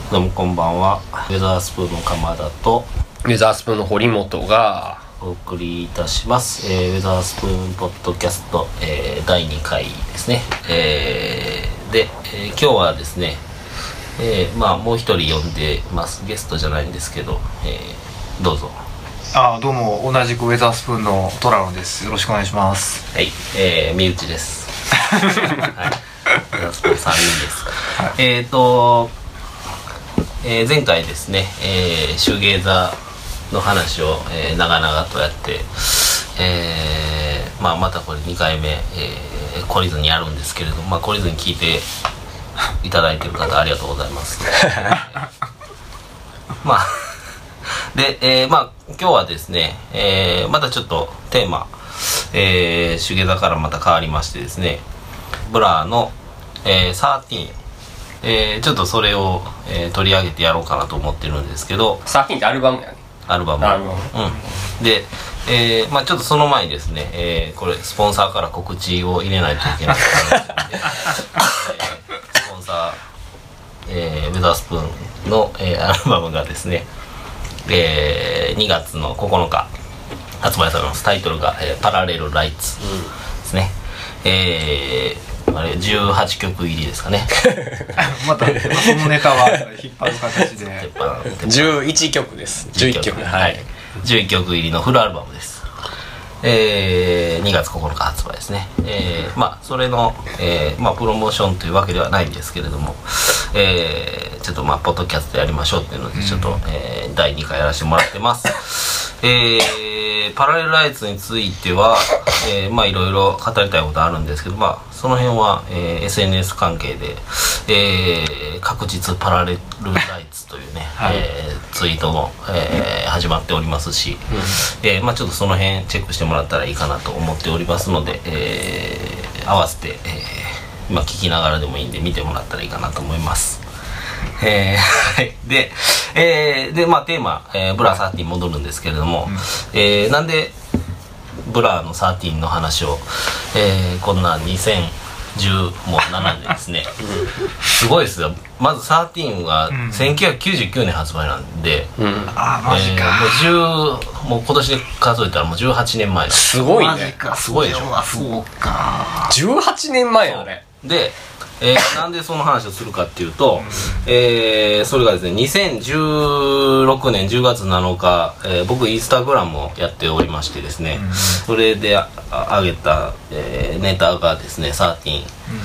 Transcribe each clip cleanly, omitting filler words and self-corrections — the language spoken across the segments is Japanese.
どうもこんばんは。ウェザースプーンの鎌田とウェザースプーンの堀本がお送りいたします。ウェザースプーンポッドキャスト、第2回ですね。で、今日はですね、もう一人呼んでます。ゲストじゃないんですけど、どうぞ。 どうも同じくウェザースプーンのトラロンです。よろしくお願いします。 はい、身内です。はい、ウェザースプーン3人です。はい、前回ですね、シューゲーザーの話を、長々とやって、またこれ2回目、懲りずにやるんですけれども、懲りずに聞いていただいている方ありがとうございます。で、今日はですね、またちょっとテーマ、シューゲーザーからまた変わりましてですね、ブラの、13、ちょっとそれを、取り上げてやろうかなと思ってるんですけど、 13ってアルバムやね。 アルバム。で、ちょっとその前にですね、これスポンサーから告知を入れないといけないと思うので、スポンサー、ウェザースプーンの、アルバムがですね、2月の9日発売されます。タイトルが、パラレルライツですね。あれ18曲入りですかね。 またそのネタは引っ張る形で 11曲です。11曲、 はい、11曲入りのフルアルバムです。2月9日発売ですね。それの、プロモーションというわけではないんですけれども、ちょっとポッドキャストやりましょうっていうのでちょっと、第2回やらせてもらってます。パラレルライツについては、いろいろ語りたいことあるんですけど、その辺は、SNS 関係で、確実パラレルライツというね、はい、ツイートも、始まっておりますし、ちょっとその辺チェックしてもらったらいいかなと思っておりますので、合わせて、聞きながらでもいいんで見てもらったらいいかなと思います。で、テーマ、ブラ13に戻るんですけれども、なんでブラの13の話を、こんな2017年ですね、すごいですよ。まず13は1999年発売なんで、 マジか、 もう今年で数えたらもう18年前。 すごいね。 マジか、 すごいでしょ。 そうか、 18年前やね。 で、なんでその話をするかっていうと、それがですね、2016年10月7日、僕インスタグラムをやっておりましてですね、それで上げた、ネタがですね、13、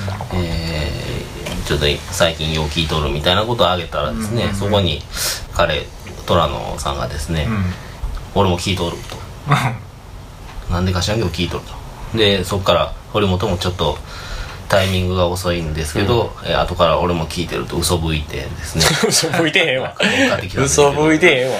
ちょっと最近よう聞いとるみたいなことを上げたらですね、そこに虎野さんがですね、俺も聞いとると。なんでか知らんけど聞いとると。で、そっから堀本もちょっとタイミングが遅いんですけど、後から俺も聞いてると嘘吹いてですね。 嘘吹いてへんわ。嘘吹いてへんわ。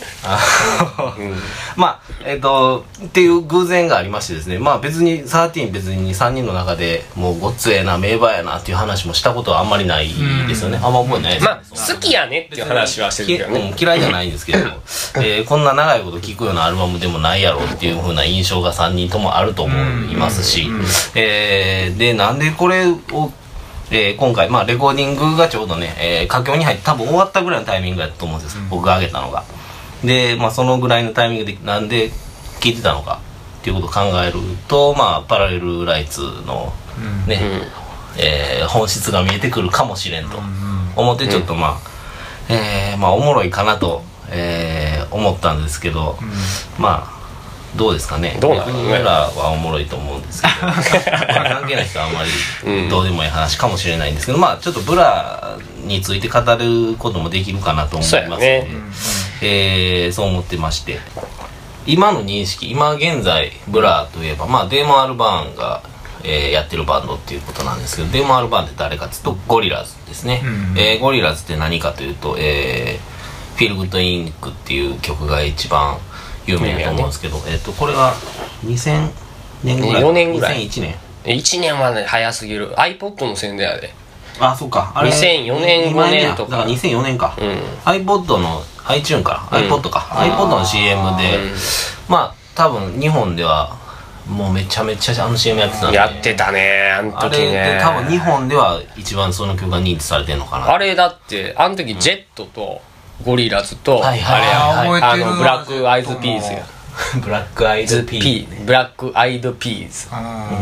っていう偶然がありましてですね、別に13別に3人の中でもうごっつええな名場やなっていう話もしたことはあんまりないですよね。あんま覚えないですね。 好きやねっていう話はしてるけどね。 嫌いじゃないんですけどこんな長いこと聴くようなアルバムでもないやろうっていう風な印象が3人ともあると思いますし、でなんでこれを今回レコーディングがちょうどね、佳境に入って多分終わったぐらいのタイミングだったと思うんです、僕が上げたのが。で、そのぐらいのタイミングでなんで聴いてたのかっていうことを考えると、パラレルライツのね、本質が見えてくるかもしれんと思ってちょっとおもろいかなと、思ったんですけど、どうですかね。 どうなのね。 僕らはおもろいと思うんですけど関係ない人はあんまりどうでもいい話かもしれないんですけど、ちょっとブラについて語ることもできるかなと思いますので、そう思ってまして、今の認識、今現在ブラといえばデーモン・アルバーンが、やってるバンドっていうことなんですけど、デーモン・アルバーンって誰かっていうとゴリラズですね。ゴリラズって何かというと、フィール・グッド・インクっていう曲が一番有名だと思うんですけど、これは2000年ぐらい、 4年ぐらい、 2001年 1年はね早すぎる。 iPod の宣伝やで。 そうか、あれ 2004年5年とか、 だから2004年か、iPod の iTunes か、iPod か、iPod の CM で多分日本ではもうめちゃめちゃあの CM やってたんで、 やってたねあのあれ時ね。 で多分日本では一番その曲が認知されてるのかな。 あれだってあの時ジェットとゴリラズと、 はいはいあれや、 覚えてるわブラックアイズピーズや。 ブラックアイドピーブラックアイドピーズ。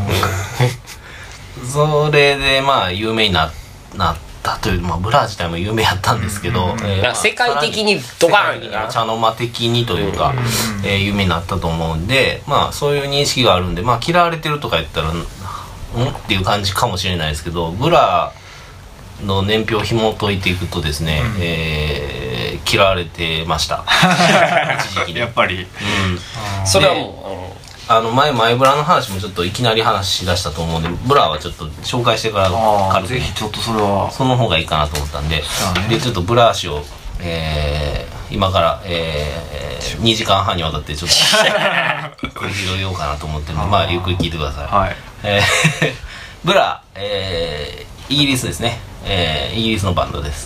それでまあ有名になったという、まあ、ブラ自体も有名やったんですけど、まあ世界的にドカーンやな。 茶の間的にというか、有名になったと思うんで、まあそういう認識があるんで、まあ嫌われてるとか言ったらっていう感じかもしれないですけど、ブラの年表を紐解いていくとですね、嫌われてました一時期にやっぱり、 それはも前ブラの話もちょっといきなり話し出したと思うんで、ブラはちょっと紹介してから軽くぜひちょっとそれはその方がいいかなと思ったんで、 そうねでちょっとブラシを、今から、2時間半にわたってちょっと繰り広げようかなと思ってるんで、まあゆっくり聞いてください。 はいブラ、イギリスですね、イギリスのバンドです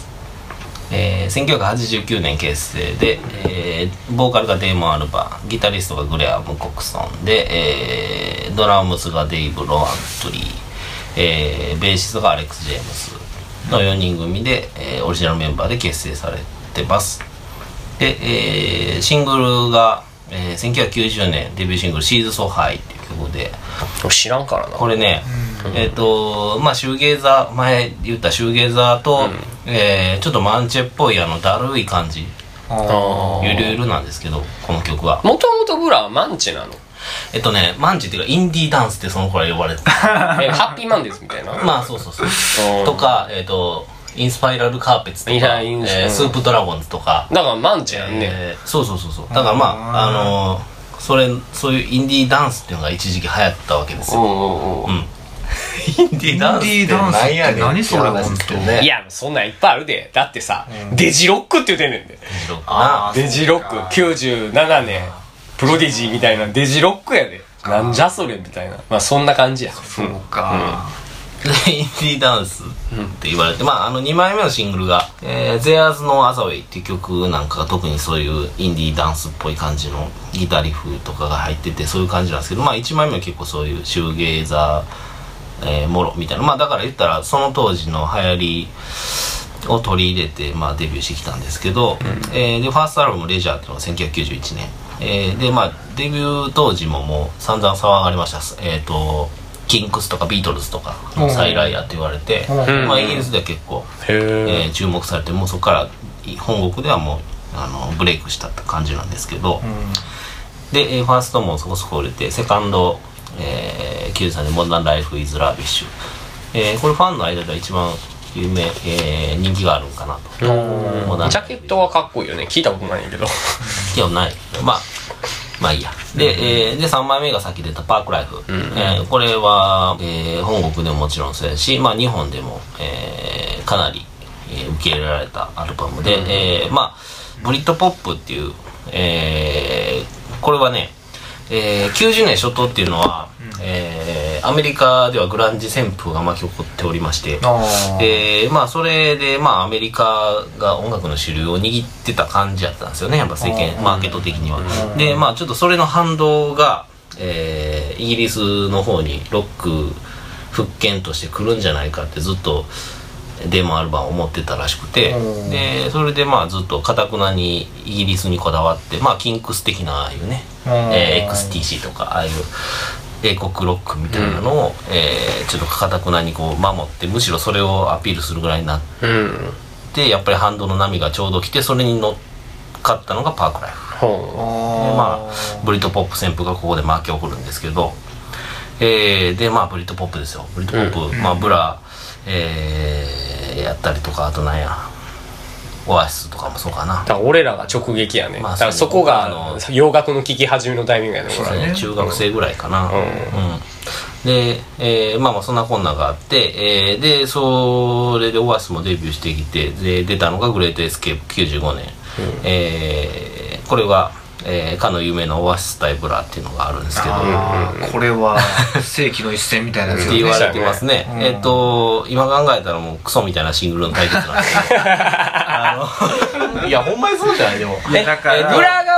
。1989年結成で、ボーカルがデーモン・アルバン、ギタリストがグレアム・コクソンで、ドラムスがデイブ・ロアントリー、ベーシストがアレックス・ジェームスの4人組で、オリジナルメンバーで結成されてます。で、シングルが、1990年デビューシングル「シーズ・ソー・ハイ」っていう曲で、 知らんからな。 これね、まあシューゲーザー、前言ったシューゲーザーと、ちょっとマンチェっぽいだるい感じ、ゆるゆるなんですけど、この曲はもともとブラはマンチなの？ マンチっていうかインディーダンスってその頃は呼ばれてたハッピーマンデーズみたいな。 まあそうとかインスパイラルカーペッツとか、スープドラゴンズとか、 だからマンチやんね。 そうだからまあそういうインディーダンスっていうのが一時期流行ったわけですよ。インディーダンスって何やねんって話ですけどね。 いやそんなんいっぱいあるで。だってさ、デジロックって言うてんねんで。デジロック97年プロディジーみたいなデジロックやで。なんじゃそれみたいな。まあそんな感じや。 そうか、 インディーダンスって言われて、まあ2枚目のシングルが「There's No Other Way」っていう曲なんかが特にそういうインディーダンスっぽい感じのギタリフとかが入ってて、そういう感じなんですけど、まあ1枚目は結構そういうシューゲーザー、モロみたいな、まあだから言ったらその当時の流行りを取り入れて、まあ、デビューしてきたんですけど、でファーストアルバム「レジャー」っていうのが1991年、でまあデビュー当時ももう散々騒がれました。キンクスとかビートルズとかの再来やって言われて、まあ、イギリスでは結構、注目されて、もうそこから本国ではもうブレイクしたって感じなんですけど、でファーストもそこそこ売れて、セカンド、93年「モダン・ライフ・イズ・ラービッシュ」これファンの間では一番有名、人気があるんかなと。 ジャケットはかっこいいよね。聞いたことないんやけど。 いやない、まあいいや。で、3枚目がさっき出た「パークライフ」これは、本国でももちろんそうやし、まあ、日本でも、かなり、受け入れられたアルバムで、まあブリッドポップっていう、これはね、90年初頭っていうのは、アメリカではグランジ旋風が巻き起こっておりまして、まあそれで、まあアメリカが音楽の主流を握ってた感じやったんですよね、やっぱ世間マーケット的には。でまあちょっとそれの反動が、イギリスの方にロック復権として来るんじゃないかってずっとデモアルバムを持ってたらしくて、でそれでまあずっとかたくなにイギリスにこだわって、まあキンクス的なああいうね、XTC とかああいう英国ロックみたいなのを、ちょっとかたくなにこう守って、むしろそれをアピールするぐらいになって、やっぱり反動の波がちょうど来て、それに乗っかったのがパークライフで、まあブリッドポップ旋風がここで巻き起こるんですけど、でまあブリッドポップですよ。ブリッドポップ、まあブラ、やったりとか、あとなんやオアシスとかもそうかな。 だから俺らが直撃やね。だからそこが洋楽の聴き始めのタイミングやね。 そうですね、中学生ぐらいかな。で、まあまあそんなこんながあって、でそれでオアシスもデビューしてきて、で出たのがグレートエスケープ95年、これが、かの有名なオアシス対ブラっていうのがあるんですけど、 これは世紀の一戦みたいなやつって言われてますね。今考えたらもうクソみたいなシングルの対決なんですけどいやほんまにそうじゃない。でもブラが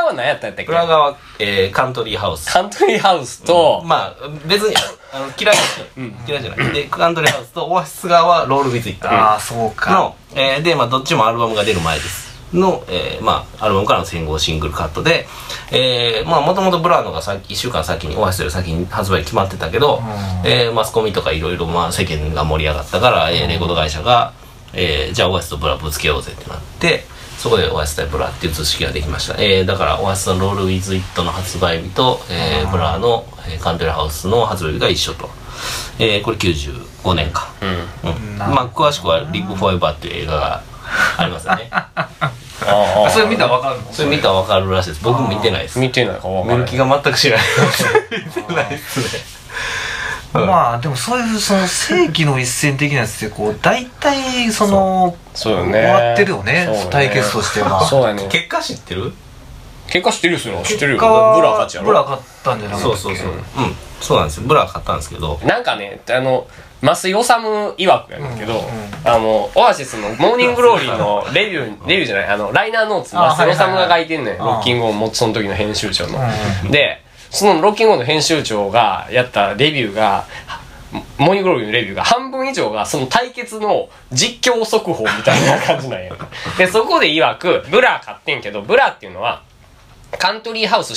は何やったんやったっけ？ 裏側は、カントリーハウス。 カントリーハウスと、 まあ別に嫌いですよ、嫌いじゃないで、カントリーハウスとオアシス側はロール・ウィズ・イットああそうかの、でまあどっちもアルバムが出る前ですの、まあアルバムからの先行シングルカットで、まあもともとブラーノが1週間先にオアシスより先に発売決まってたけど、マスコミとかいろいろまあ世間が盛り上がったから、レコード会社が、じゃあオアシスとブラぶつけようぜってなって、そこでオアシス対ブラっていう図式ができました。だからオアシスのロール・ウィズ・イットの発売日と、ブラの、カントリーハウスの発売日が一緒と、これ95年か、まあ詳しくは「リブ・フォーエバー」っていう映画がありますよね。 それ見たら分かるの？ それ見たら分かるらしいです。僕も見てないです。 見てないか分からない。 見る気が全く知らない見てないですね。 まあでもそういうその世紀の一戦的なやつってこう大体そのそうよね、 終わってるよね、対決としては。 そうやね。 結果知ってる？ 結果知ってるよ、それは知ってるよ。 結果はブラ勝ちやろ。 ブラ勝ったんじゃなかったっけ？ そうそうなんですよ。ブラ勝ったんですけど、 なんかね、増井治曰くやねんけど、オアシスのモーニンググローリーのレビューじゃない、ライナーノーツ、増井治が書いてんのよ、ロッキングオンもその時の編集長の。で、そのロッキングオンの編集長がやったレビューが、モーニンググローリーのレビューが半分以上がその対決の実況速報みたいな感じなんや。で、そこで曰く、ブラ買ってんけど、ブラっていうのは、カントリーハウス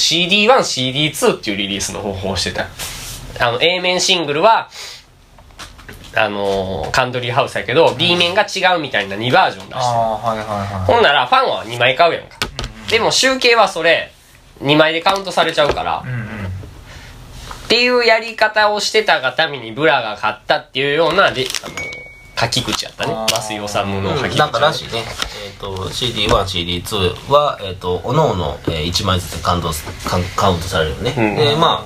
CD1、CD2 っていうリリースの方法をしてた。A 面シングルは、カントリーハウスやけど、B 面が違うみたいな2バージョン出してる。ほんなら、ファンは2枚買うやんか。でも集計はそれ、2枚でカウントされちゃうから、っていうやり方をしてたがためにブラが買ったっていうような書き口やったね。増井治の書き口、 なんからしいね。CD1、CD2 はおのおの1枚ずつカウントされるよね。でまあ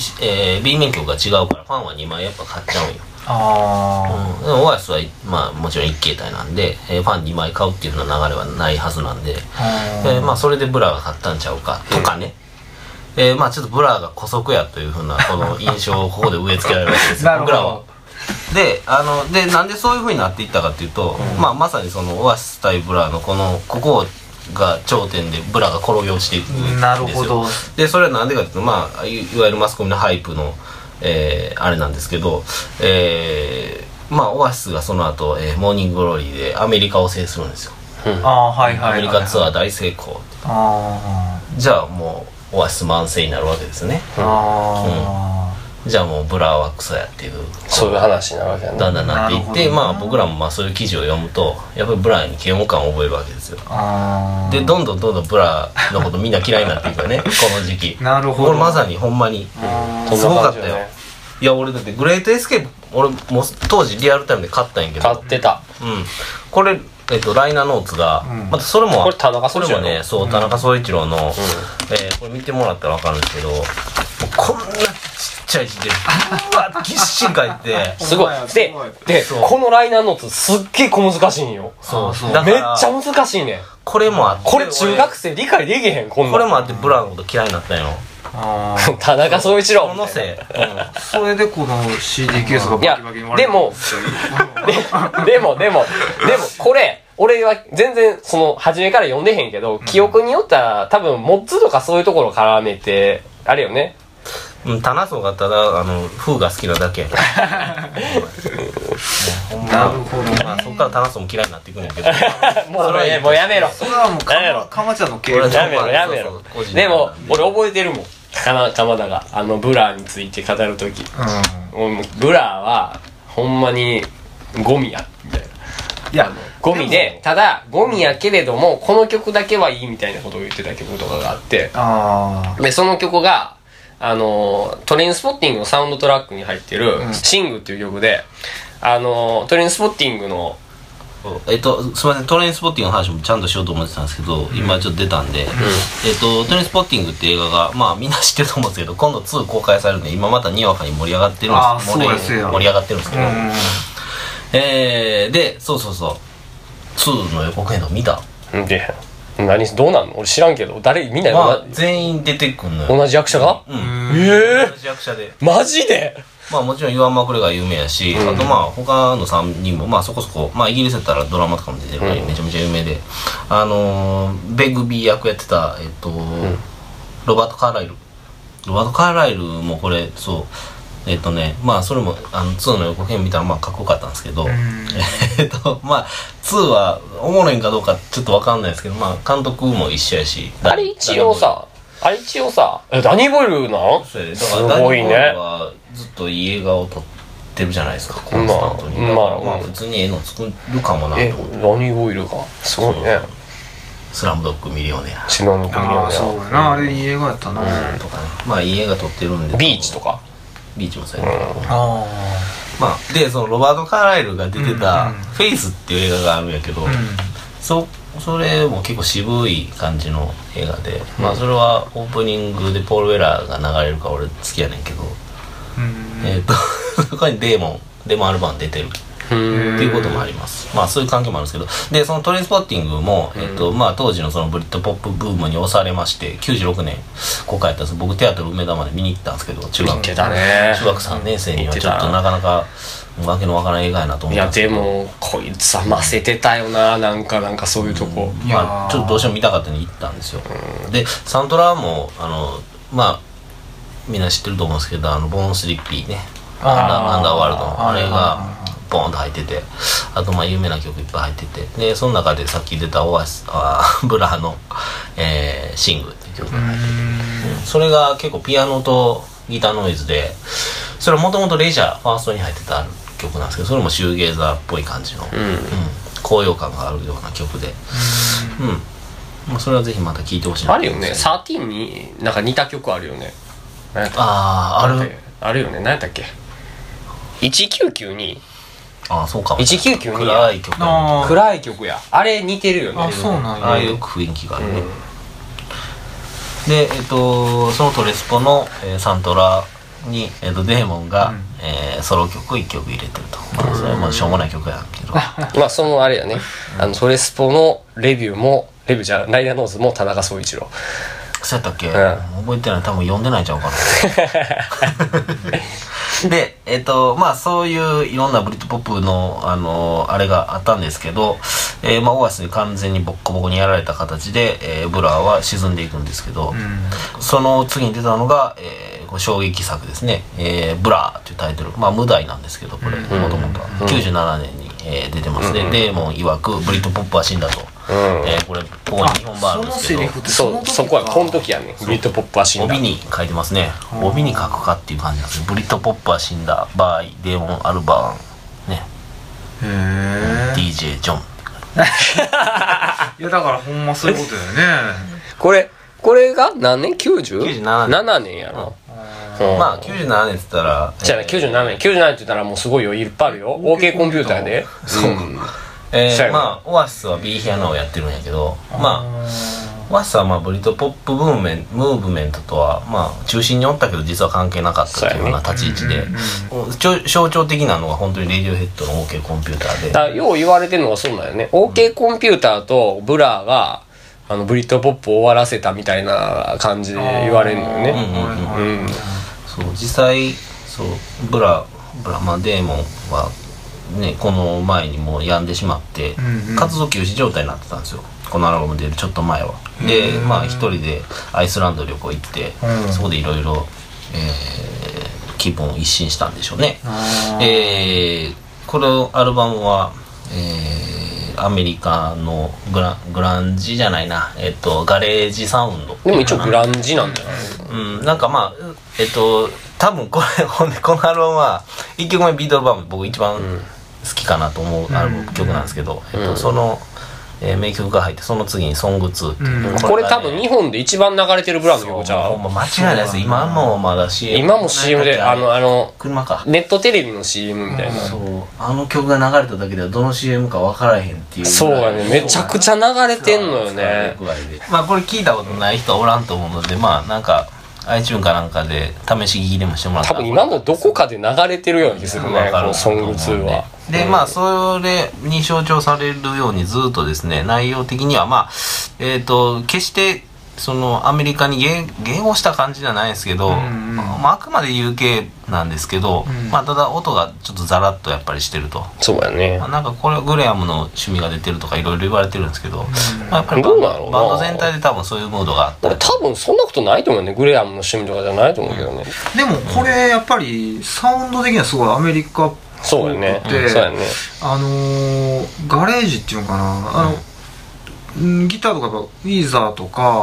B 面曲が違うからファンは2枚やっぱ買っちゃうんよ。でもオアシスはまあもちろん1形態なんで、ファン2枚買うっていうような流れはないはずなんで、まあそれでブラが買ったんちゃうかとかね。まあちょっとブラが姑息やというふうなこの印象をここで植え付けられるわけですよ。ブラは。でなんでそういうふうになっていったかっていうと、まあまさにそのオアシス対ブラのここが頂点でブラが転げ落ちていくんですよ。 なるほど。 でそれはなんでかっていうと、まあいわゆるマスコミのハイプのあれなんですけど、まあオアシスがその後、モーニンググローリーでアメリカを制するんですよ。アメリカツアー大成功。じゃあもうオアシス満載になるわけですね。じゃあもうブラはクソやっていうそういう話になるわけやね。 だんだんなっていって、まあ僕らもまあそういう記事を読むとやっぱりブラに嫌悪感を覚えるわけですよ。でどんどんブラのことみんな嫌いになっていくよねこの時期。 なるほど。 俺まさにほんまにすごかったよ。いや俺だってグレートエスケープ俺も当時リアルタイムで買ったんやけど、 買ってた。 これライナーノーツが、またそれもこれ田中総一郎これもね、そう田中総一郎の、これ見てもらったら分かるんですけど、もうこんなちっちゃい字でうわぎっしり書いてすごい。でこのライナーノーツすっげえ小難しいんよ。めっちゃ難しいね。 これもあってこれ中学生理解できへん。これもあってブラのこと嫌いになったんよ。 田中総一郎このせい、 それでこの CD ケースがバキバキに割れでもこれ俺は全然その初めから読んでへんけど、記憶によったら多分モッツとかそういうところ絡めてあれよね。 タナソがただ風が好きなだけやなるほどね。 まあそっからタナソも嫌いになっていくんやけどもうやめろ。 それはもうかまちゃんの経営。 やめろ。でも俺覚えてるもん。鎌田がブラについて語るとき、ブラはほんまにゴミやみたいな。いやゴミで、ただゴミやけれどもこの曲だけはいいみたいなことを言ってた曲とかがあって、でその曲がトレインスポッティングのサウンドトラックに入ってるシングっていう曲で、トレインスポッティングのすみません、トレインスポッティングの話もちゃんとしようと思ってたんですけど、今ちょっと出たんで、トレインスポッティングって映画がまあみんな知ってると思うんですけど、今度2公開されるんで今またにわかに盛り上がってるんです盛り上がってるんですけど、でそう2の予告編の見た？ でどうなんの？俺知らんけどみんな、 まあ、全員出てくんのよ。 同じ役者が？ 同じ役者で。 マジで？ まあもちろんユアン・マクレガー有名やし、あとまあ他の3人もまあそこそこ、まあイギリスだったらドラマとかも出てるからめちゃめちゃ有名で、ベグビー役やってたロバート・カーライルもこれそうまあそれも2の予告編見たらまあかっこよかったんですけど、まあ2はおもろいんかどうかちょっと分かんないですけど、まあ監督も一緒やし、 あれ一応さダニー・ボイルなんすごいね。 ダニー・ボイルはずっといい映画を撮ってるじゃないですか、コンスタントに。まあ普通に絵の作るかもなと。 ダニー・ボイルがすごいね。 スラムドッグミリオネアスラムドッグミリオネア。 そうやな、あれいい映画やったな。 とかね、まあいい映画撮ってるんで。 ビーチとか。 ビーチもそうやね。まあでそのロバート・カーライルが出てた「フェイス」っていう映画があるんやけど、それも結構渋い感じの映画で、まあそれはオープニングでポール・ウェラーが流れるから俺好きやねんけど、そこにデーモンアルバム出てるっていうこともあります。まあそういう関係もあるんですけど、でそのトレインスポッティングも、まあ当時のそのブリッドポップブームに押されまして96年公開やったんです。僕テアトル梅田まで見に行ったんですけど、中学3年生にはちょっとなかなかわけのわからん映画やなと思って。 いやでもこいつはませてたよな、なんかそういうとこ。 まあちょっとどうしても見たかったんで行ったんですよ。でサントラもまあみんな知ってると思うんですけど、ボーンスリッピーね、アンダーワールドのあれがボーンと入ってて、あとまあ有名な曲いっぱい入ってて、でその中でさっき出たブラの、シングっていう曲が入ってて、それが結構ピアノとギターノイズで、それはもともとレジャーファーストに入ってた曲なんですけど、それもシューゲーザーっぽい感じの、高揚感があるような曲で、それはぜひまた聴いてほしいな。 あるよね、13になんか似た曲あるよね。 あるよね。何やったっけ、1992。 そうかも。 1992 暗い曲。 暗い曲や。あれ似てるよね。 そうなんや。 ああいう雰囲気があるね。でそのトレスポの、サントラに、デーモンが、ソロ曲1曲入れてると。まあそれはまあしょうもない曲やけど。 まあそのあれやね、トレスポのレビューじゃライダーノーズも田中総一郎。 そうやったっけ、覚えてない。多分読んでないんちゃうかな。でまあそういういろんなブリッドポップのあれがあったんですけど、まあオアシスに完全にボッコボコにやられた形で、ブラーは沈んでいくんですけど、その次に出たのが、衝撃作ですね、ブラーっていうタイトル、まあ無題なんですけど、これもともとは97年に、出てますね。デーモン曰くブリッドポップは死んだと。これここに日本版あるんですけど、 そこはこの時やね、ブリッドポップは死んだ。 帯に書いてますね。帯に書くかっていう感じなんですよ。ブリッドポップは死んだ場合、デーモン・アルバーンね、DJ ジョン。 いやだからほんまそういうことだよね。 これが何年 ?97 年やろ。 まあ97年って言ったらじゃあ97年って言ったらもうすごいよ、いっぱいあるよ。 OK コンピューターで。 まあオアシスは B ヒアノをやってるんやけど、まあオアシスはまあブリッドポップムーブメントとはまあ中心におったけど実は関係なかったというような立ち位置で、象徴的なのが本当にレイディオヘッドの OK コンピューターで、 だよう言われてるのがそうなんよね。 OK コンピューターとブラーがブリッドポップを終わらせたみたいな感じで言われるのよね。 そう実際そうブラまあデーモンはねこの前にもう病んでしまって、活動休止状態になってたんですよ、このアルバム出るちょっと前は。でまあ一人でアイスランド旅行行って、そこでいろいろ気分を一新したんでしょうね。このアルバムはアメリカのグランジじゃないな、ガレージサウンド。 でも一応グランジなんじゃない？ なんかまあ多分このアルバムは1曲目ビートルバム僕一番好きかなと思う曲なんですけど、その名曲が入ってその次にソング2っていう、 これ多分日本で一番流れてるブランドの曲ちゃう？ 間違いないです。今もまだ CM、 今も CM で車かネットテレビの CM みたいな、 そう曲が流れただけではどの CM か分からへんっていう。 そうやね、めちゃくちゃ流れてんのよね。 まあこれ聞いたことない人はおらんと思うので、まあなんか iTunes かなんかで試し聞きでもしてもらったら多分今のどこかで流れてるような気するね、このソング2は。 でまあそれに象徴されるようにずっとですね、内容的にはまあ決してそのアメリカに迎合した感じじゃないですけど、まあ、あくまで UK なんですけど、まあ、ただ音がちょっとザラッとやっぱりしてると。 そうやね。 まあ、なんかこれはグレアムの趣味が出てるとかいろいろ言われてるんですけど、まあ、やっぱりバンド全体で多分そういうムードがあって、 俺多分そんなことないと思うね。グレアムの趣味とかじゃないと思うけどね。 でもこれやっぱりサウンド的にはすごいアメリカっぽくて、 そうやね。そうやね。 ガレージっていうのかな、ギターとかウィーザーとか、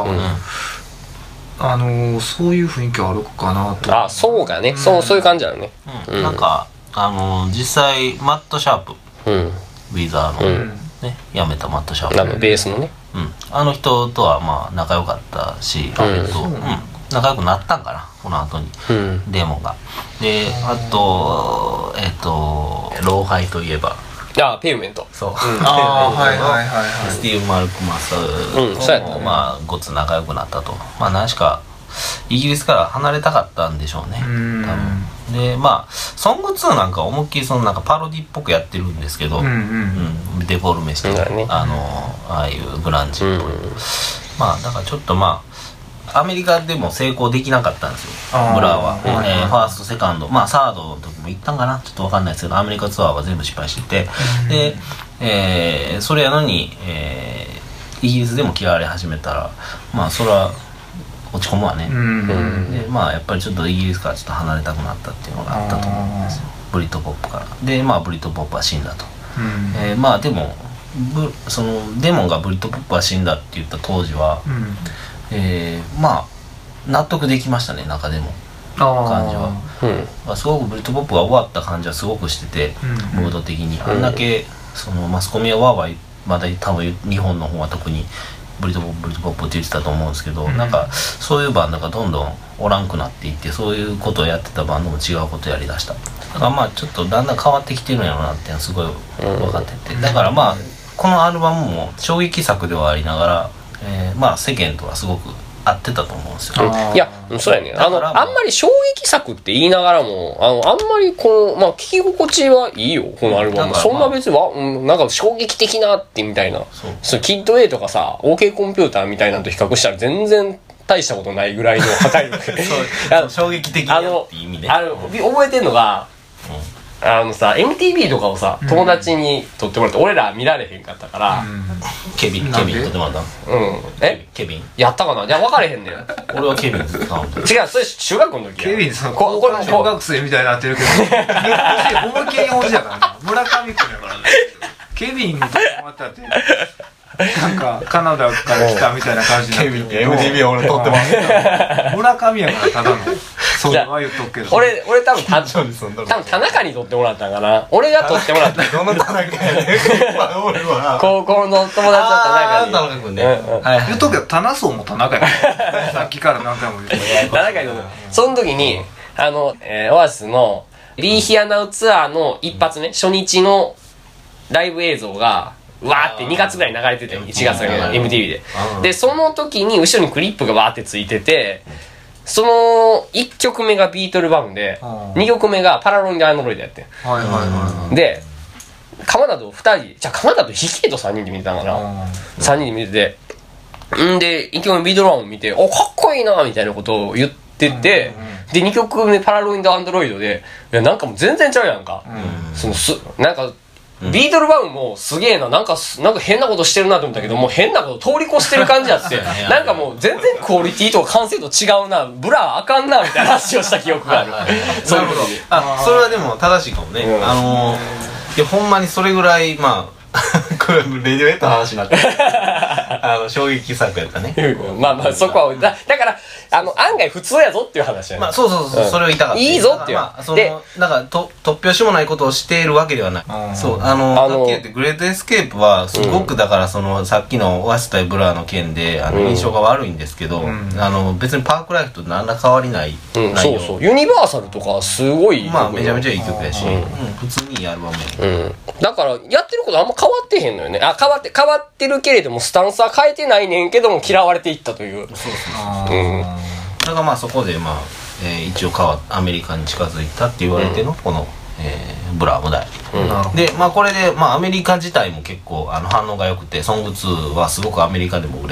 そういう雰囲気あるかなと。 あ、そうかね。そういう感じあるね。 なんか実際マット・シャープ、ウィザーの、ね、辞めたマット・シャープ、 ベースのね、 あの人とはまあ仲良かったし、仲良くなったんかな、この後に、デーモンが。で、あとローハイといえばペイブメント。 そう、 はいスティーブ・マルクマスもまあごつ仲良くなったと。まあ何しかイギリスから離れたかったんでしょうね、多分。でまあソング2なんか思いっきりそのなんかパロディっぽくやってるんですけど、デフォルメして、ああいうグランジっぽい、まあだからちょっとまあアメリカでも成功できなかったんですよ、ブラは。ファーストセカンド、まあサードの時も行ったんかな、ちょっと分かんないですけど、アメリカツアーは全部失敗してて、で、それやのに、イギリスでも嫌われ始めたら、まあそれは落ち込むわね。でまあやっぱりちょっとイギリスからちょっと離れたくなったっていうのがあったと思うんですよ、ブリッドポップから。でまあブリッドポップは死んだと。まあでもそのデモンがブリッドポップは死んだって言った当時は、まあ納得できましたね、中でも感じは。すごくブリッドポップが終わった感じはすごくしてて、ムード的にあんだけそのマスコミはワーワー、まだ多分日本の方は特にブリッドポップって言ってたと思うんですけど、なんかそういうバンドがどんどんおらんくなっていって、そういうことをやってたバンドも違うことをやりだした。だからまあちょっとだんだん変わってきてるんやろうなっていうのはすごい分かってて、だからまあこのアルバムも衝撃作ではありながら、まあ世間とはすごく合ってたと思うんですよ。 いやそうやね。あんまり衝撃作って言いながらもあんまりこのまあ聴き心地はいいよ、このアルバム。そんな別になんか衝撃的なってみたいな、そうキッド A とかさ OK コンピューターみたいなのと比較したら全然大したことないぐらいの破壊力衝撃的なっていう意味で覚えてんのが、さ MTV とかをさ友達に撮ってもらって、俺ら見られへんかったから、 ケビン撮ってもらったの。ケビンやったかな。いや分かれへんねん。 俺はケビン違う、 それ中学校の時や。 ケビンさん小学生みたいになってるけど思いっきり日本人やからな、村上君やからね。ケビンに撮ってもらったってなんかカナダから来たみたいな感じになってるけど、 ケビン MTV 俺撮ってます村上やからただのそうは言っとくけど、 俺多分田中に撮ってもらったんかな。俺が撮ってもらったどの田中やね俺は高校の友達だった田中君ね。 言っとくけど田中も田中やからさっきから何回も言って田中にその時にオアシスのリーヒアナウツアーの一発目初日のライブ映像がわーって2月ぐらいに流れてて、1月だけど MTV で。でその時に後ろにクリップがわーってついてて、その1曲目がビートルバウンで2曲目がパラロイドアンドロイドやってん。で鎌田と2人、じゃあ鎌田とヒケと3人で見てたのかな。3人で見てて、んで1曲目ビートルバウン見て、おかっこいいなみたいなことを言ってて、で2曲目パラロイドアンドロイドで、いやなんかもう全然ちゃうやんか。なんかビートルバウンもすげえな、なんか変なことしてるなと思ったけど、もう変なこと通り越してる感じやって、なんかもう全然クオリティとか完成度違うな、ブラあかんなみたいな話をした記憶がある。 なるほど。それはでも正しいかもね。いやほんまにそれぐらい、まあこれレディオヘッドの話になって衝撃作やったね。 まあそこはだから案外普通やぞっていう話やね。 まあそう、それを言いたかった。 いいぞっていう。 でなんか突拍子もないことをしているわけではない。そうはっきり言ってグレートエスケープはすごくだからそのさっきのオアシス対ブラーの件で印象が悪いんですけど、別にパークライフと何ら変わりない内容。 そうユニバーサルとかすごいまあめちゃめちゃいい曲やし、普通にいいアルバムや。 だからやってることあんま変わってへんのよね。変わってるけれどもスタンスは変えてないねんけども嫌われていったという。 そうだからまあそこでまあ一応アメリカに近づいたって言われてのこのブラームダイで、まあこれでまあアメリカ自体も結構反応が良くて、ソング2はすごくアメリカでも売れたと。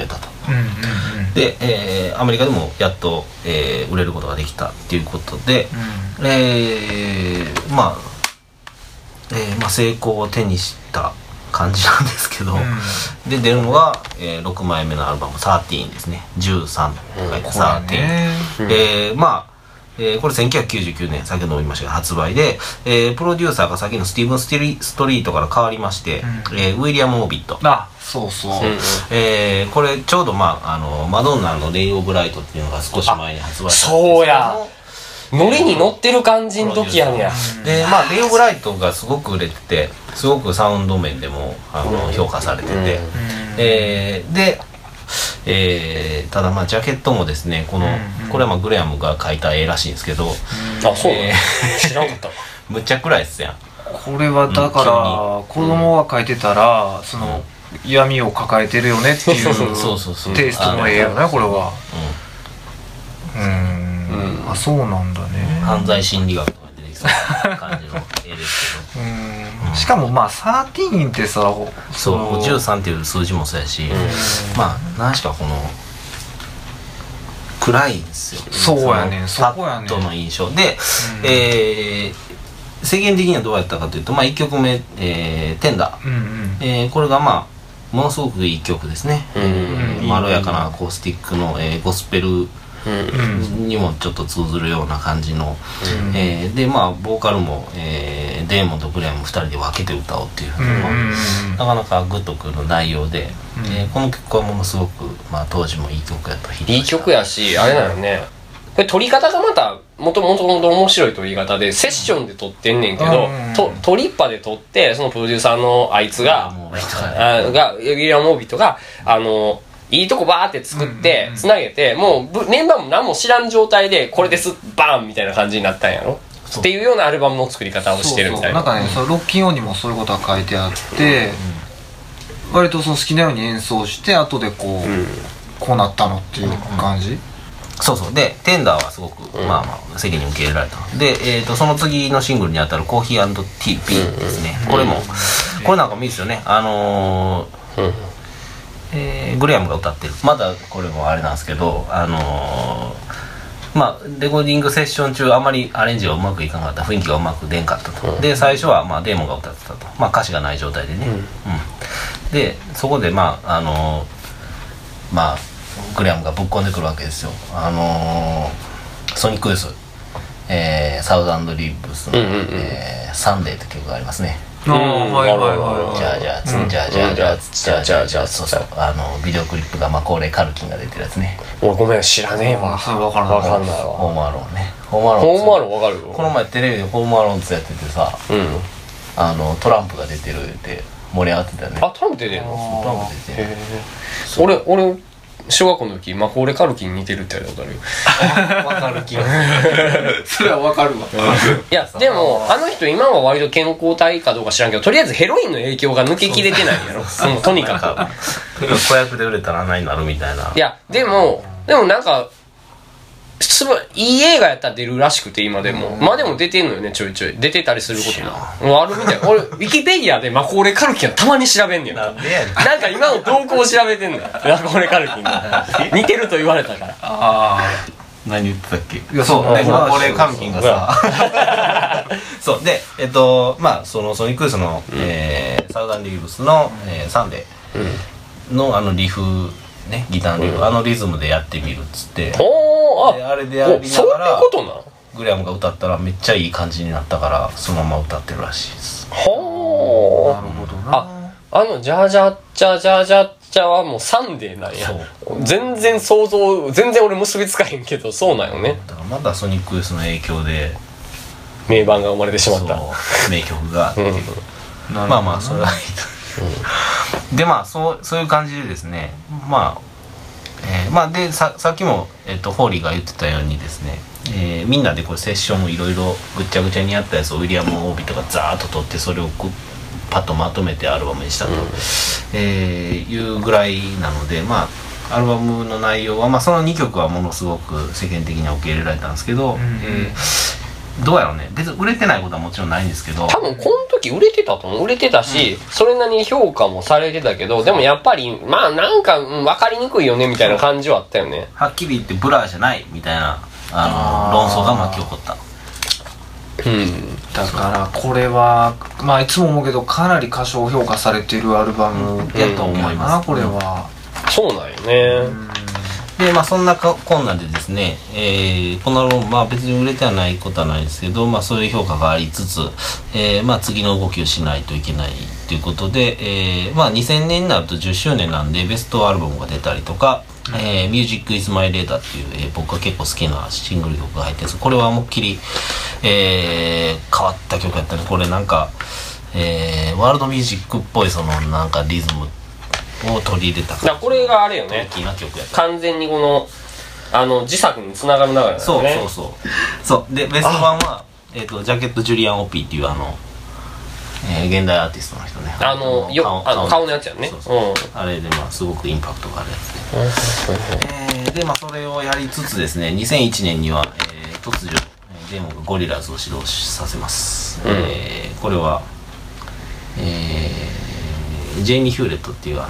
で、アメリカでもやっと、売れることができたっていうことで、まあ成功を手にした感じなんですけど、で出るのが、6枚目のアルバム13ですね。13と書いて13。まあこれ1999年先ほども言いましたが発売で、プロデューサーが先のスティーブン・ストリートから変わりまして、ウィリアム・オービット。 そうそう、 これちょうどマドンナのレイ・オブ・ライトっていうのが少し前に発売されたんですけど、 そうやノリに乗ってる感じの時やねや。 でレイ・オブ・ライトがすごく売れてて、すごくサウンド面でも評価されてて、でただジャケットもですね、これはグレアムが描いた絵らしいんですけど、 そう知らんかったむっちゃ暗いっすやん。 これはだから子供が描いてたらその闇を抱えてるよねっていうテイストの絵やね、これは。そうなんだね。 犯罪心理学とか出てきそうな感じの絵ですけどしかも13ってさ、 そう13っていう数字もそうやし、何しかこの暗いんですよ。 そうやね、そこやね。 パッとの印象で、世間的にはどうやったかというと、1曲目、テンダー、これがものすごくいい曲ですね。まろやかなアコースティックの、ゴスペルにもちょっと通ずるような感じの、でボーカルも、デーモンとグレアム2人で分けて歌おうっていう、なかなかグッとくる内容で、この曲はものすごく、当時もいい曲やといい曲やし、あれなのね、これ撮り方がまたもともと面白い撮り方で、セッションで撮ってんねんけど、トリッパで撮って、そのプロデューサーのあいつがウィリアム・オービットがいいとこバーって作ってつなげて、もうメンバーも何も知らん状態でこれですバーンみたいな感じになったんやろっていうようなアルバムの作り方をしてるみたいな。 なんかね、そのロッキンオンにもそういうことが書いてあって、割とその好きなように演奏して後でこうなったのっていう感じ。 そうでテンダーはすごく世間に受け入れられたで、その次のシングルにあたるコーヒー&ティーピーですね。これなんかもいいですよね。グレアムが歌ってる、まだこれもあれなんですけど、レコーディングセッション中あまりアレンジがうまくいかなかった、雰囲気がうまく出んかったと。で最初はデーモンが歌ってたと、歌詞がない状態でね、でそこでグレアムがぶっ込んでくるわけですよ。ソニックユース、サウザンドリーブスの、サンデーって曲がありますね。じゃあそうそう、ビデオクリップが高齢カルキンが出てるやつね。 俺ごめん知らねえわ。 それ分からない。分かんないわ。 ホームアローンね。 ホームアローン分かるよ。 この前テレビでホームアローンってやっててさ、トランプが出てるって盛り上がってたよね。 トランプ出てんの？ トランプ出てる。 俺小学校の時マコーレカルキンに似てるって言われたことあるよ。 わかる気がそれはわかるわ。 いやでもあの人今は割と健康体かどうか知らんけど、とりあえずヘロインの影響が抜けきれてないんやろ。とにかく子役で売れたら何になるみたいな。 いやでもなんかいい映画やったら出るらしくて、今でもでも出てんのよね、ちょいちょい出てたりすることもあるみたい。俺ウィキペディアでマコーレカルキンはたまに調べんねん。なんか今の動向を調べてんのよ、マコーレカルキンが似てると言われたから。 何言ってたっけ。 いやそうマコーレカルキンがさそうでそのソニックユースのサウザンリーブスのサンデーのリフね、ギターのリフ、リズムでやってみるっつって、あれでやりながらそういうことなグレアムが歌ったらめっちゃいい感じになったから、そのまま歌ってるらしいです。 なるほどな。 ジャージャッチャジャージャッチャはもうサンデーなんや。全然俺結びつかへんけど、そうなんよね。 だからまだソニックユースの影響で名盤が生まれてしまった。 名曲がっていう、それはいいと。でそういう感じでですね、でさっきも、ホーリーが言ってたようにですね、みんなでこうセッションをいろいろぐっちゃぐちゃにやったやつをウィリアム・オービットがザーッと撮って、それをパッとまとめてアルバムにしたと、いうぐらいなので、アルバムの内容は、その2曲はものすごく世間的には受け入れられたんですけど、 どうやろうね、別に売れてないことはもちろんないんですけど、 多分この時売れてたと思う。売れてたし、それなりに評価もされてたけど、でもやっぱりまあなんか、分かりにくいよねみたいな感じはあったよね。 はっきり言ってブラじゃないみたいな論争が巻き起こった。 だからこれはまあいつも思うけどかなり過小評価されてるアルバムやと思います。 これはそうなんよね。 でまあそんなこんなでですね、このアルバムまあ別に売れてはないことはないですけど、まあそういう評価がありつつ、まあ次の動きをしないといけないということで、まあ2000年になると10周年なんでベストアルバムが出たりとか、Music is My Radar っていう、僕が結構好きなシングル曲が入ってるんです。これは思いっきり、変わった曲やったね。これなんか、ワールドミュージックっぽいそのなんかリズムを取り入れただこれがあれよね、 大きな曲やった。 完全にこの自作につながる流れだよね。 そうでベスト版はジャケット・ジュリアン・オピーっていう現代アーティストの人ね、 顔のやつやんね。 あれでまあすごくインパクトがあるやつで、でまあそれをやりつつですね、2001年には、突如デーモンがゴリラズを始動させます。これはジェイミー・ヒューレットっていう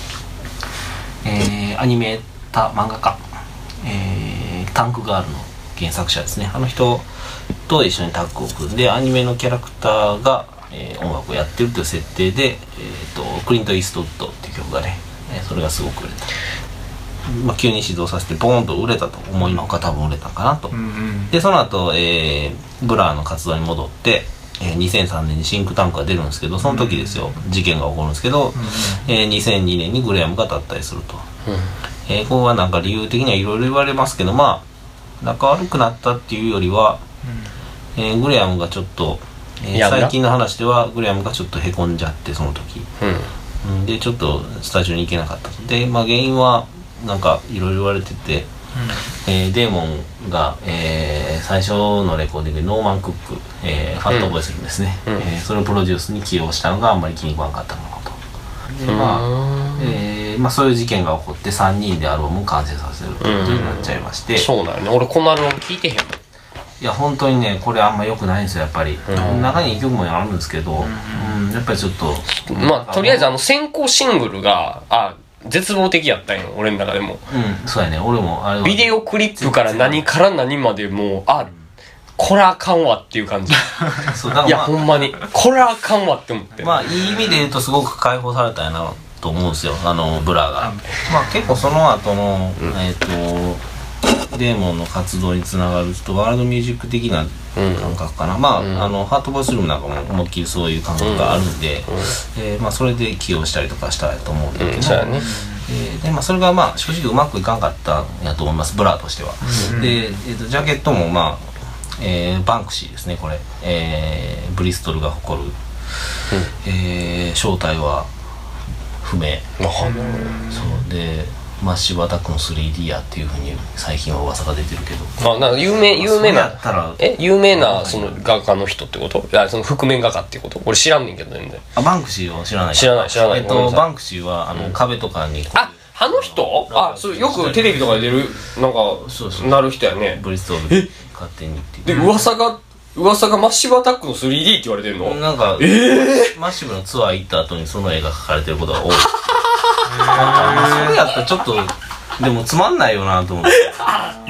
アニメーター漫画家、タンクガールの原作者ですね。あの人と一緒にタッグを組んでアニメのキャラクターが、音楽をやってるという設定で、クリント・イーストウッドっていう曲がね、それがすごく売れた。まあ、急に始動させてボーンと売れたと思いのほか多分売れたかなと。でその後、ブラーの活動に戻って2003年にシンクタンクが出るんですけど、その時ですよ、事件が起こるんですけど、2002年にグレアムが脱退すると。ここはなんか理由的にはいろいろ言われますけど、まあ仲悪くなったっていうよりは、グレアムがちょっと、最近の話ではグレアムがちょっとへこんじゃって、その時、でちょっとスタジオに行けなかったと。でまあ原因はなんかいろいろ言われてて、デーモンが、最初のレコーディングでノーマン・クック、ファットボイスですね、それをプロデュースに起用したのがあんまり気に食わなかったのかと。でまあそういう事件が起こって3人でアルバムを完成させるということになっちゃいまして、 そうだよね。俺このアルバム聴いてへんもん。 いや本当にねこれあんま良くないんですよやっぱり。中にいい曲もあるんですけど、やっぱりちょっとまあとりあえず先行シングルが絶望的やったんよ俺の中でも。 そうやね、俺もあれはビデオクリップから何から何までもうこれあかんわっていう感じ。 そうだから、 いやほんまにこれあかんわって思って。 まあいい意味で言うとすごく解放されたんやなと思うんですよ、ブラが。まあ結構その後のデーモンの活動につながるとワールドミュージック的な感覚かな。まあハートボイスルームなんかも思いっきりそういう感覚があるんで、まあそれで起用したりとかしたと思うんだけど、でまあそれがまあ正直うまくいかんかったんやと思います、ブラとしては。でジャケットもまあバンクシーですね、これ、ブリストルが誇る、正体は不明。そうでマッシブアタックの 3D やっていうふうに最近は噂が出てるけど、 なんか有名な有名なその画家の人ってこと？いやその覆面画家ってこと？俺知らんねんけど全然。 バンクシーを知らない？ 知らない。 バンクシーは壁とかにあの人？そうよくテレビとかで出るなんかなる人やね。 ブリストルで勝手にってで噂がマッシブアタックの 3D って言われてるの？ なんかマッシブのツアー行った後にその絵が描かれてることが多い。それやったらちょっとでもつまんないよなと思って。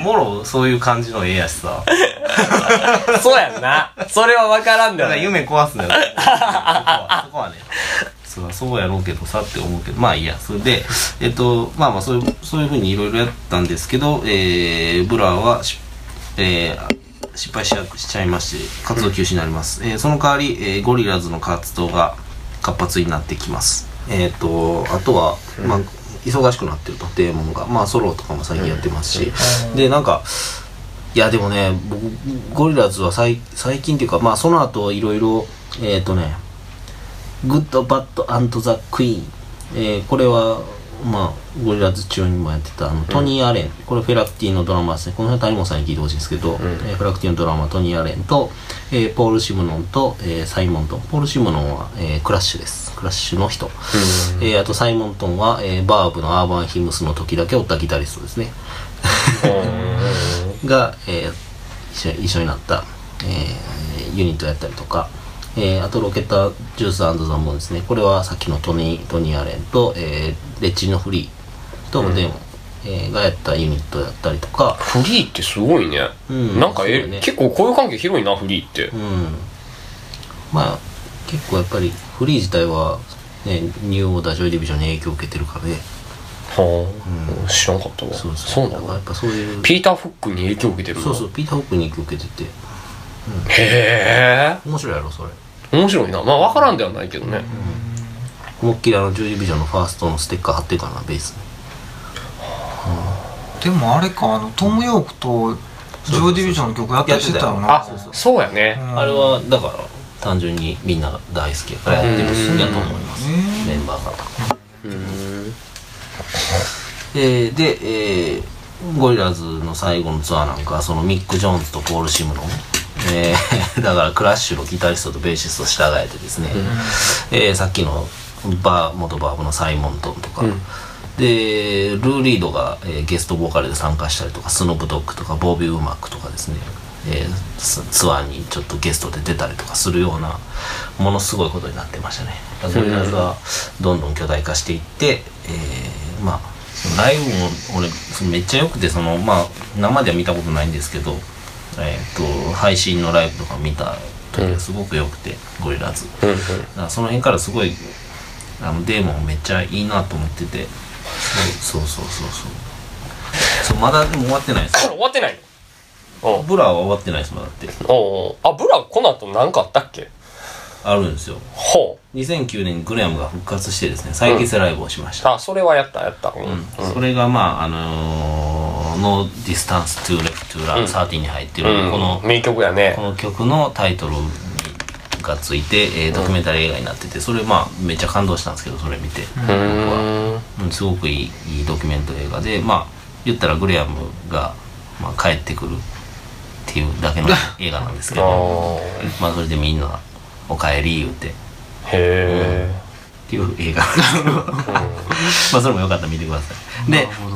もろそういう感じの絵やしさ。 そうやんな。それは分からんだよ、ね。 夢壊すんだよ。そこはね。そうやろうけどさって思うけど、まあいいや。それでまあそういうふうにいろいろやったんですけど、ブラは失敗しちゃいまして活動休止になります。その代わり、ゴリラズの活動が活発になってきます。あとは、まあ忙しくなってると、デーモンがまあソロとかも最近やってますし、でなんかいやでもね僕ゴリラズは最近っていうか、まあその後いろいろグッドバッドアンドザクイーン、これはまあゴリラズ中にもやってたトニー・アレン、これフェラクティのドラマですね。この辺谷本さんに聞いてほしいんですけど、フェラクティのドラマトニー・アレンと、ポール・シムノンと、サイモントン。ポール・シムノンは、クラッシュです。クラッシュの人。あとサイモントンは、バーブのアーバン・ヒムスの時だけおったギタリストですね。が、一緒になったユニットやったりとか、あとロケッタージュース&ザ・ムーンですね。これはさっきのトニー・アレンと、レッチリのフリーとデーモン、がやったユニットやったりとか。 フリーってすごいね、なんかね、結構交友関係広いなフリーって。 まあ結構やっぱりフリー自体は、ね、ニューオーダージョイディビジョンに影響を受けてるからね。 はあ、知らんかったわ。そうなの。 やっぱそういうピーター・フックに影響を受けてるの。 そうピーター・フックに影響を受けてて、 へえ、 面白いやろそれ。 面白いな。まあ分からんではないけどね。 思いっきりジョイディビジョンのファーストのステッカー貼ってるからなベースに。 でもあれか、トム・ヨークとジョイディビジョンの曲やったりしてたよな。 あ、そうやね。 あれはだから単純にみんなが大好きやからやってるんやと思います、メンバーが。で、ゴリラズの最後のツアーなんかそのミック・ジョーンズとポール・シムの、だからクラッシュのギタリストとベーシストを従えてですね、さっきの元バーブのサイモントンとか、でルー・リードが、ゲストボーカルで参加したりとか、スノープドッグとかボビー・ウマックとかですね、ツアーにちょっとゲストで出たりとかするようなものすごいことになってましたね。ゴリラズがどんどん巨大化していって、まあライブも俺めっちゃ良くて、まあ生では見たことないんですけど、配信のライブとか見た時はすごく良くて、ゴリラズ、だからその辺からすごいデーモンめっちゃいいなと思ってて、そうまだでも終わってないです。 終わってないの？ブラは終わってないですもんだって。 あ、ブラこの後何かあったっけ？ あるんですよ。2009年にグレアムが復活してですね、再結成ライブをしました。 あ、それはやった。 それがまあノーディスタンストゥーレフトゥーラー13に入ってる、この名曲やね。 この曲のタイトルがついて、ドキュメンタリー映画になってて、それまあめっちゃ感動したんですけど、それ見て僕は、すごくいいドキュメント映画で、まあ言ったらグレアムが、まあ、帰ってくるっていうだけの映画なんですけどまあそれでみんなおかえり言うてっていう映画なんですけどまあそれもよかったら見てください。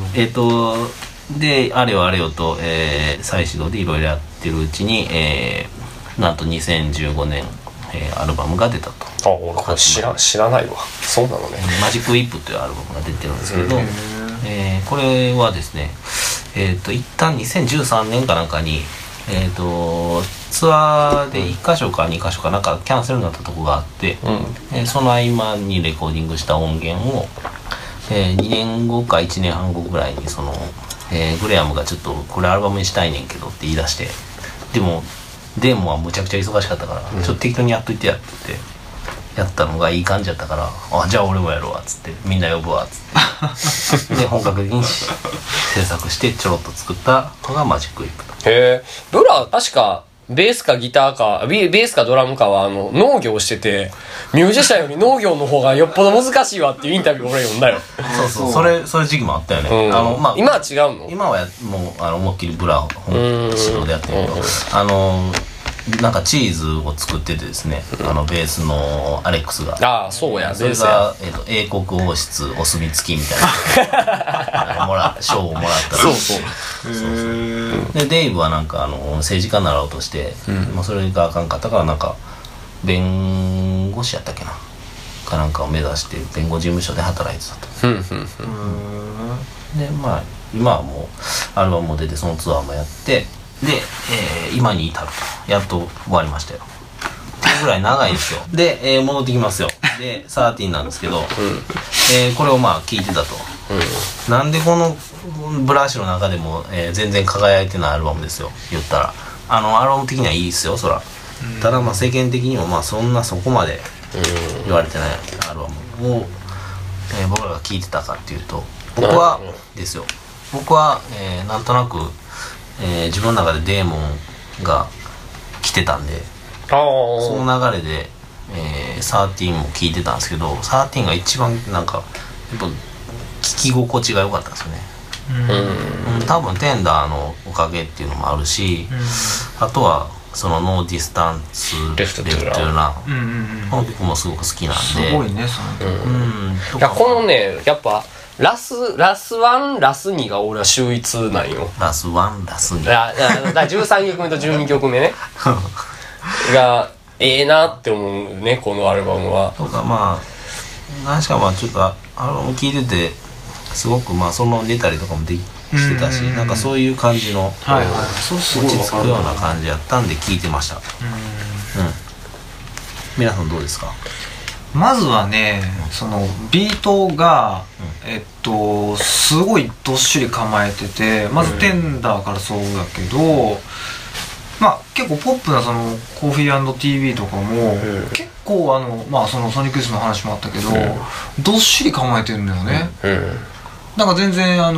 であれよあれよと、再始動でいろいろやってるうちに、なんと2015年、アルバムが出たと。 あ、俺これ知らないわ。そうなのね。 マジックウィップというアルバムが出てるんですけど、これはですね、一旦2013年かなんかにツアーで1箇所か2箇所かなんかキャンセルになったとこがあって、その合間にレコーディングした音源を、2年後か1年半後ぐらいにグレアムがちょっとこれアルバムにしたいねんけどって言い出して、でもデーモンはむちゃくちゃ忙しかったから、ちょっと適当にやっといてやってやったのがいい感じやったから、あ、じゃあ俺もやろうわっつって、みんな呼ぶわっつってで本格的に制作してちょろっと作ったのがマジックウィップと。 へえ。ブラ確かベースかギターかベースかドラムかは農業をしてて、ミュージシャンより農業の方がよっぽど難しいわっていうインタビュー俺読んだよ。 そういう時期もあったよね。まあ、 今は違うの？ 今はもう思いっきりブラを指導でやってるけど、なんかチーズを作っててですね、ベースのアレックスが、 ああそうや、 それが、英国王室お墨付きみたいな賞をもらったら、そうでデイブはなんか政治家になろうとして、まあ、それがあかんかったからなんか弁護士やったっけなかなんかを目指して弁護事務所で働いてたと。でまあ今はもうアルバムも出てそのツアーもやってで、今に至ると。やっと終わりましたよっていうぐらい長いですよ。で、戻ってきますよ。で13なんですけど、これをまあ聞いてたと、なんでこのブラシの中でも、全然輝いてないアルバムですよ言ったら。アルバム的にはいいですよそら、ただまあ世間的にもまあそこまで言われてないアルバムを、僕らが聞いてたかっていうと、僕はですよ、僕は、なんとなく自分の中でデーモンが来てたんで、その流れで、13も聴いてたんですけど、13が一番なんかやっぱ聴き心地が良かったんですよね。多分テンダーのおかげっていうのもあるし、あとはそのノーディスタンスレフトトゥーラン、この曲もすごく好きなんで。 すごいねその曲。 いやこのねやっぱラス1ラス2が俺は秀逸なんよ。 ラス1ラス2 だ13曲目と12曲目ねがなって思うね、このアルバムは。 とかまあ何しかまあちょっとアルバム聴いててすごくまあその出たりとかもしてたし、なんかそういう感じの落ち着くような感じやったんで聴いてました。皆さんどうですか？ まずはね、そのビートが、すごいどっしり構えてて、まずテンダーからそうだけど、まあ結構ポップなそのコーヒー&TV とかも、結構まあそのソニックユースの話もあったけど、どっしり構えてるんだよね。なんか全然なん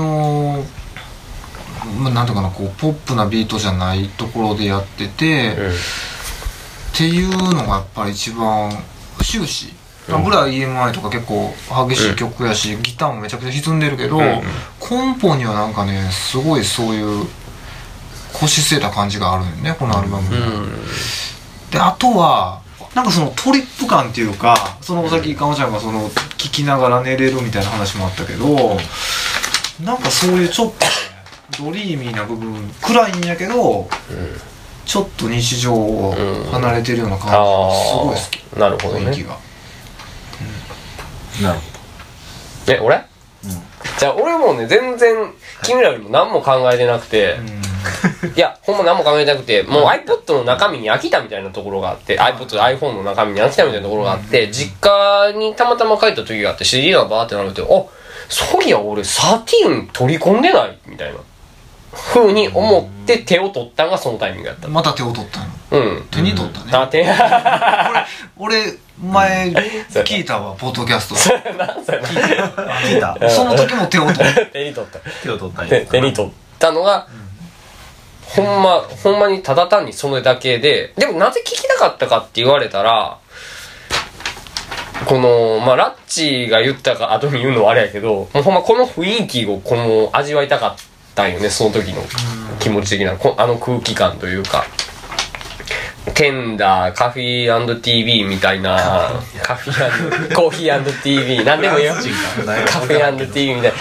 ていうかな、こうポップなビートじゃないところでやってて、っていうのがやっぱり一番終始。ブラ EMI とか結構激しい曲やし、ギターもめちゃくちゃ歪んでるけど、根本にはなんかね、すごいそういう腰据えた感じがあるんよね、このアルバムに。で、あとはなんかそのトリップ感っていうか、そのさっきかおちゃんがその聴きながら寝れるみたいな話もあったけど、なんかそういうちょっとドリーミーな部分暗いんやけど、ちょっと日常を離れてるような感じがすごい好き。 なるほどね。 雰囲気が。 なるほ俺？じゃあ俺もね、全然君らよりも何も考えてなくて、いやほんま何も考えてなくて、もう iPod の中身に飽きたみたいなところがあって、iPod と iPhone の中身に飽きたみたいなところがあって、実家にたまたま帰った時があって CD がバーってなると、そういや俺13取り込んでないみたいな風に思って手を取ったのがそのタイミングやった。 また手を取ったの？手に取ったね。俺前聞いたわ、ポッドキャスト何歳なの？ 聞いた。その時も手を取った。 手に取った手に取ったのが、ほんまにただ単にそれだけで、でもなぜ聞きたかったかって言われたら、このラッチが言ったか後に言うのはあれやけど、もうほんまこの雰囲気を味わいたかったんよね、その時の気持ち的な空気感というか。テンダー、カフィー&TV みたいな、カフィー&コーヒー&TV なんでもいいよ。カフィー&TV みたい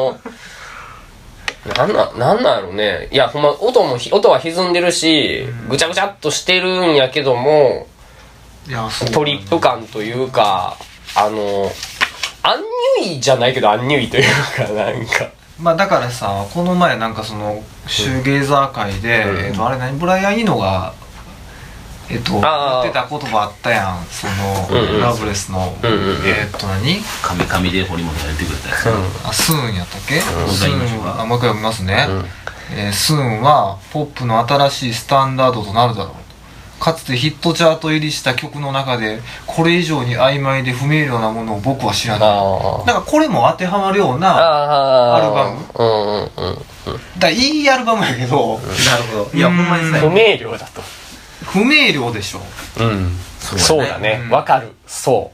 な、なんやろね。いやほんま音は歪んでるし、ぐちゃぐちゃっとしてるんやけども、トリップ感というか、アンニュイじゃないけどアンニュイというか、なんかまあだからさ、この前なんかそのシューゲイザー界で、あれ何、ブライアン・イノが言ってた言葉あったやん、その、ラブレスの、何カミカミで堀本がやってくれたやつ、 スーンやったっけ？スーンは、もう一回読みますね。スーンはポップの新しいスタンダードとなるだろう。かつてヒットチャート入りした曲の中でこれ以上に曖昧で不明瞭なものを僕は知らない。だからこれも当てはまるようなアルバム。だからいいアルバムやけど。 なるほど。いやほんまに不明瞭だと。 不明瞭でしょ。 そうだね。わかる。そう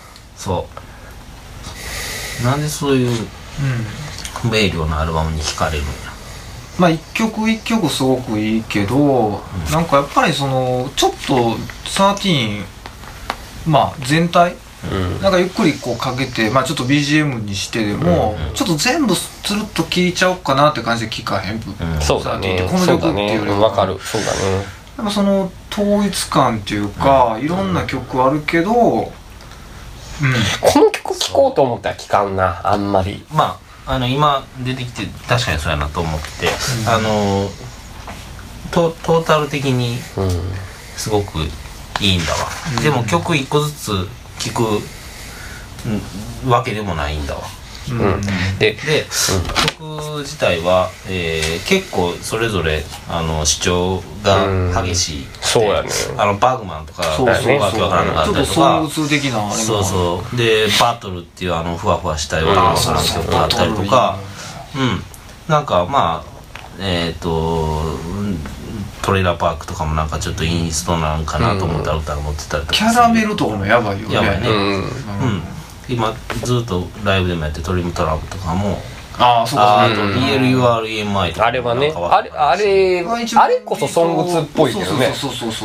なんでそういう不明瞭なアルバムに惹かれるんや。 まあ一曲一曲すごくいいけど、なんかやっぱりそのちょっと13まあ全体、なんかゆっくりこうかけて、まあちょっと BGM にしてでも、ちょっと全部つるっと聴いちゃおうかなって感じで聴かへん。 そうだね。 この曲っていうよりはわかる。そうだね。 やっぱその統一感っていうか、いろんな曲あるけど、この曲聴こうと思ったら聴かんな、あんまり。 まあ今出てきて確かにそうやなと思ってて、トータル的にすごくいいんだわ。でも曲一個ずつ聴くわけでもないんだわ。で曲自体は、結構それぞれ主張が激しい。 そうやね。 バグマンとかわけわからなかったりとか、 ちょっとソウル的なあれが、 そうでバトルっていうふわふわしたような曲があったりとか、なんかまあトレーラーパークとかもなんかちょっとインストなんかなと思った歌が載ってたりとか、 キャラメルとかもやばいよね。 やばいね。今ずっとライブでもやってトリムトラブとかも、 そうか、 DLUREMI とかあれはね、あれこそソングツっぽいけどね。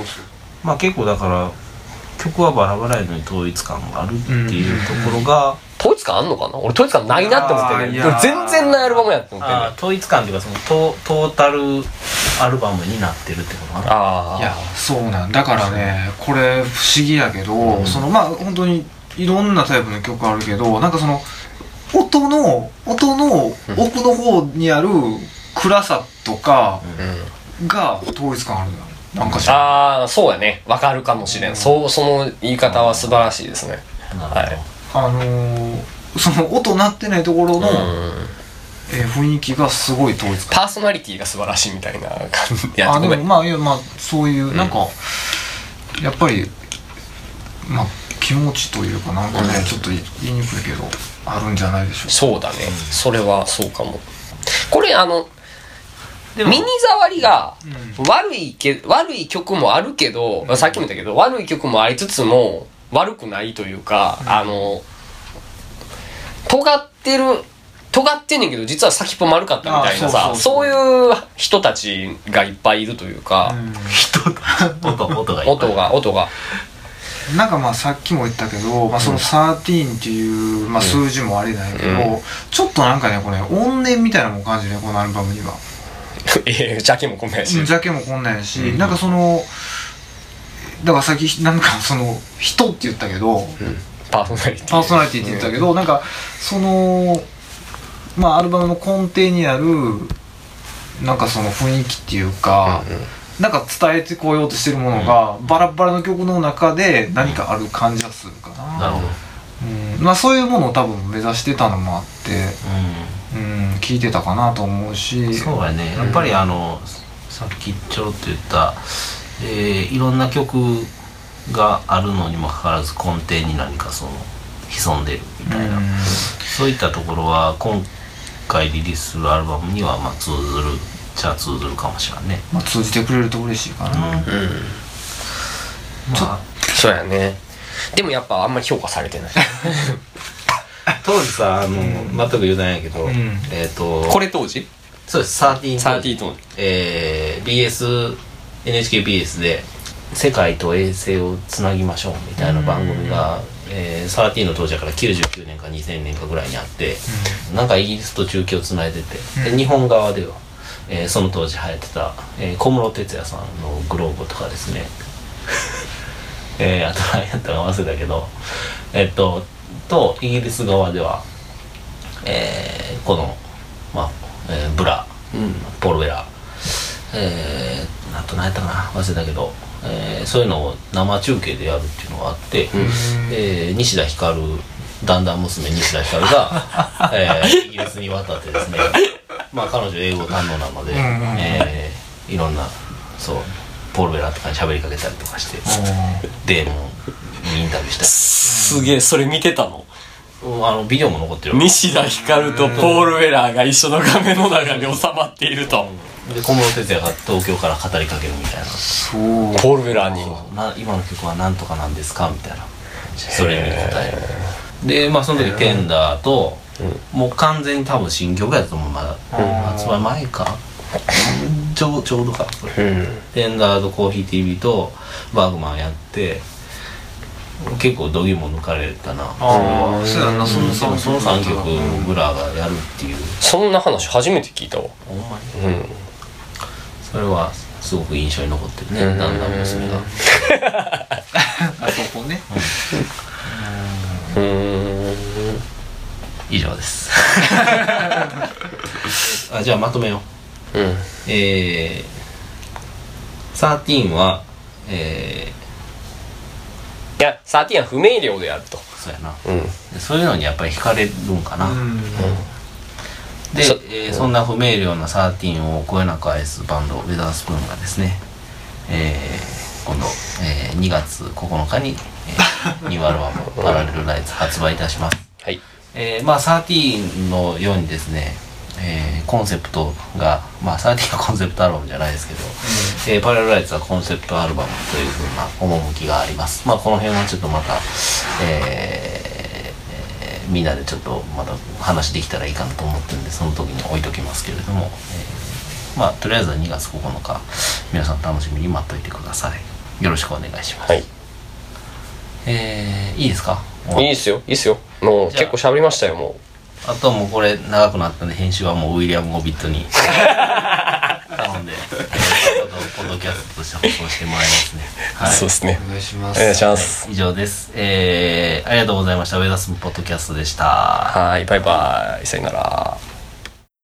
まあ結構だから曲はバラバラやのに統一感があるっていうところが統一感あんのかな。俺統一感ないなって思ってね。 いやー全然ないアルバムやって思ってんねん。 統一感っていうかそのトータルアルバムになってるってことかな。 あいやそうなんだからね、これ不思議やけど、そのまあ本当にいろんなタイプの曲あるけど、なんかその音の奥の方にある暗さとかが統一感あるのよ。なんかしらああ、そうやね。わかるかもしれん。その言い方は素晴らしいですね。はい。 その音鳴ってないところの、雰囲気がすごい統一感。 パーソナリティが素晴らしいみたいな感じ。いや、ごめん。 でもまあいやまあそういうなんか、やっぱりまあ気持ちというかなんかね、ちょっと言いにくいけどあるんじゃないでしょうか。 そうだね。それはそうかも。これでも耳障りが悪い曲もあるけど、さっきも言ったけど悪い曲もありつつも悪くないというか、尖ってんねんけど実は先っぽ丸かったみたいなさ、そういう人たちがいっぱいいるというか、音がなんかまあさっきも言ったけど、まあ、その13っていう、まあ、数字もあれないけど、ちょっとなんかねこれ怨念みたいなもん感じね、このアルバムには。 ジャケもこんなんやし、 ジャケもこんなんやし、なんかそのだからさっきなんかその人って言ったけど、 パーソナリティって言ったけど、なんかそのまあアルバムの根底にあるなんかその雰囲気っていうか、なんか伝えてこようとしてるものが、バラバラの曲の中で何かある感じがするかな。 なるほど。 まあそういうものを多分目指してたのもあって、聞いてたかなと思うし。 そうやね。やっぱりさっきちょろっと言った、いろんな曲があるのにもかかわらず根底に何かその潜んでるみたいな、そういったところは今回リリースするアルバムにはまあ通ずる通ずるかもしれんね。 まあ通じてくれると嬉しいかな。 まあそうやね。でもやっぱあんまり評価されてない。 当時さ全く余談やけど、 これ当時そうです 13当時 NHKBS で「世界と衛星をつなぎましょう」みたいな番組が、13の当時だから99年か2000年かぐらいにあって、なんかイギリスと中継をつないでて、で日本側では、その当時流行ってた、小室哲哉さんのグローブとかですねあと何やったか忘れたけどとイギリス側では、この、ブラ、ポール・ウェラあと何やったかな忘れたけど、そういうのを生中継でやるっていうのがあって、西田ひかるだんだん娘西田ひかるが、イギリスに渡ってですね、まあ彼女英語堪能なので、いろんなそうポール・ウェラとかに喋りかけたりとかして、でもうインタビューしたり。 すげえ、それ見てたの？ ビデオも残ってる。 西田ひかるとポール・ウェラーが一緒の画面の中に収まっていると。 で小室哲哉が東京から語りかけるみたいな。 そうポール・ウェラーに今の曲は何とかなんですかみたいな、それに答える。でまあその時テンダーと、もう完全に多分新曲やと思う。まだ発売前かちょうどかこれ、テンダーとコーヒー TV とバーグマンやって結構度肝抜かれたな。 そうやな。その 3曲ブラがやるっていう。 そんな話初めて聞いたわ。 ほんまに、それはすごく印象に残ってるね、だんだん娘が。 あそこね。 以上です。じゃあまとめよう。13は、 いや、13は不明瞭であると。 そうやな、そういうのにやっぱり惹かれるんかな。で、そんな不明瞭な13をこよなく愛すバンドウェザースプーンがですね、今度、2月9日に、ニューアルバム「パラレルライツ」発売いたします。 はい。 まあ13のようにですね、コンセプトがまあ13はコンセプトアルバムじゃないですけど、パラレルライツはコンセプトアルバムというふうな趣があります。まあこの辺はちょっとまた、みんなでちょっとまた話できたらいいかなと思ってるんで、その時に置いときますけれども、まあとりあえずは2月9日皆さん楽しみに待っといてください。よろしくお願いします。 はい。 いいですか？ いいですよ。 もう結構喋りましたよもあともうこれ長くなったんで編集はもうウィリアム・ゴビットに頼んで、ポッドキャストとして放送してもらいますね。 う、 はい、 そうですね。 お願いします。 お願いします。 以上です。ありがとうございました。上田スムポッドキャストでした。 はい、バイバイ、さよなら。